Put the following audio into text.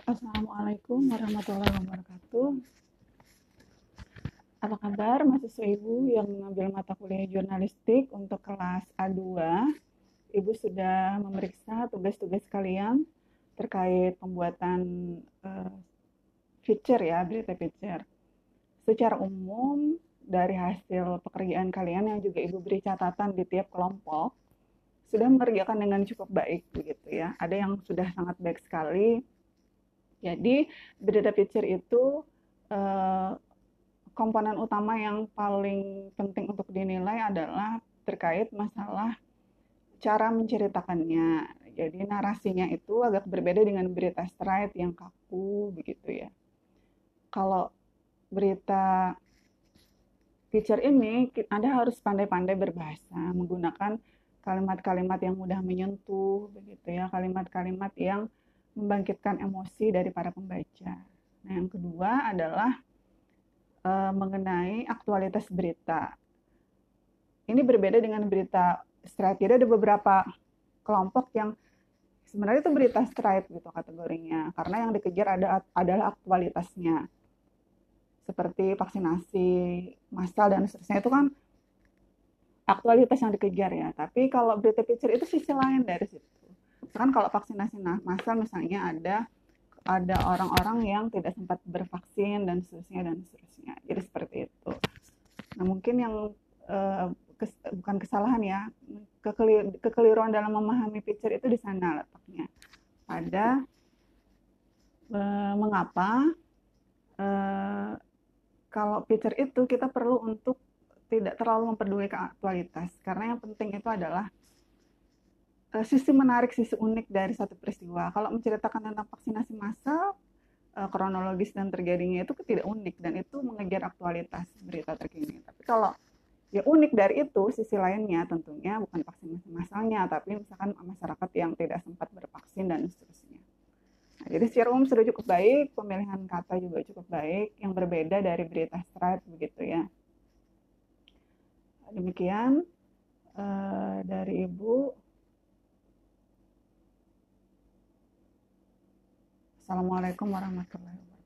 Assalamualaikum warahmatullahi wabarakatuh. Apa kabar mahasiswa Ibu yang mengambil mata kuliah jurnalistik untuk kelas A2? Ibu sudah memeriksa tugas-tugas kalian terkait pembuatan eh, feature ya, berita feature. Secara umum, dari hasil pekerjaan kalian yang juga Ibu beri catatan di tiap kelompok, sudah mengerjakan dengan cukup baik begitu ya. Ada yang sudah sangat baik sekali. Jadi, berita feature itu eh, komponen utama yang paling penting untuk dinilai adalah terkait masalah cara menceritakannya. Jadi narasinya itu agak berbeda dengan berita straight yang kaku begitu ya. Kalau berita feature ini Anda harus pandai-pandai berbahasa, menggunakan kalimat-kalimat yang mudah menyentuh begitu ya, kalimat-kalimat yang membangkitkan emosi dari para pembaca. Nah, yang kedua adalah mengenai aktualitas berita. Ini berbeda dengan berita straight. Jadi ada beberapa kelompok yang sebenarnya itu berita straight gitu kategorinya, karena yang dikejar adalah aktualitasnya. Seperti vaksinasi massal dan seterusnya itu kan aktualitas yang dikejar ya. Tapi kalau berita feature itu sisi lain dari situ. Kan kalau vaksinasi massal misalnya ada orang-orang yang tidak sempat bervaksin dan seterusnya dan seterusnya. Jadi seperti itu. Nah, mungkin yang bukan kesalahan ya, kekeliruan dalam memahami picture itu di sana letaknya. Pada mengapa kalau picture itu kita perlu untuk tidak terlalu memperdulikan aktualitas, karena yang penting itu adalah sisi menarik, sisi unik dari satu peristiwa. Kalau menceritakan tentang vaksinasi massal, kronologis dan terjadinya itu tidak unik dan itu mengejar aktualitas berita terkini. Tapi kalau ya unik dari itu, sisi lainnya tentunya bukan vaksinasi massalnya, tapi misalkan masyarakat yang tidak sempat bervaksin dan seterusnya. Nah, jadi secara umum sudah cukup baik, pemilihan kata juga cukup baik, yang berbeda dari berita straight begitu ya. Demikian dari Ibu. Assalamualaikum warahmatullahi wabarakatuh.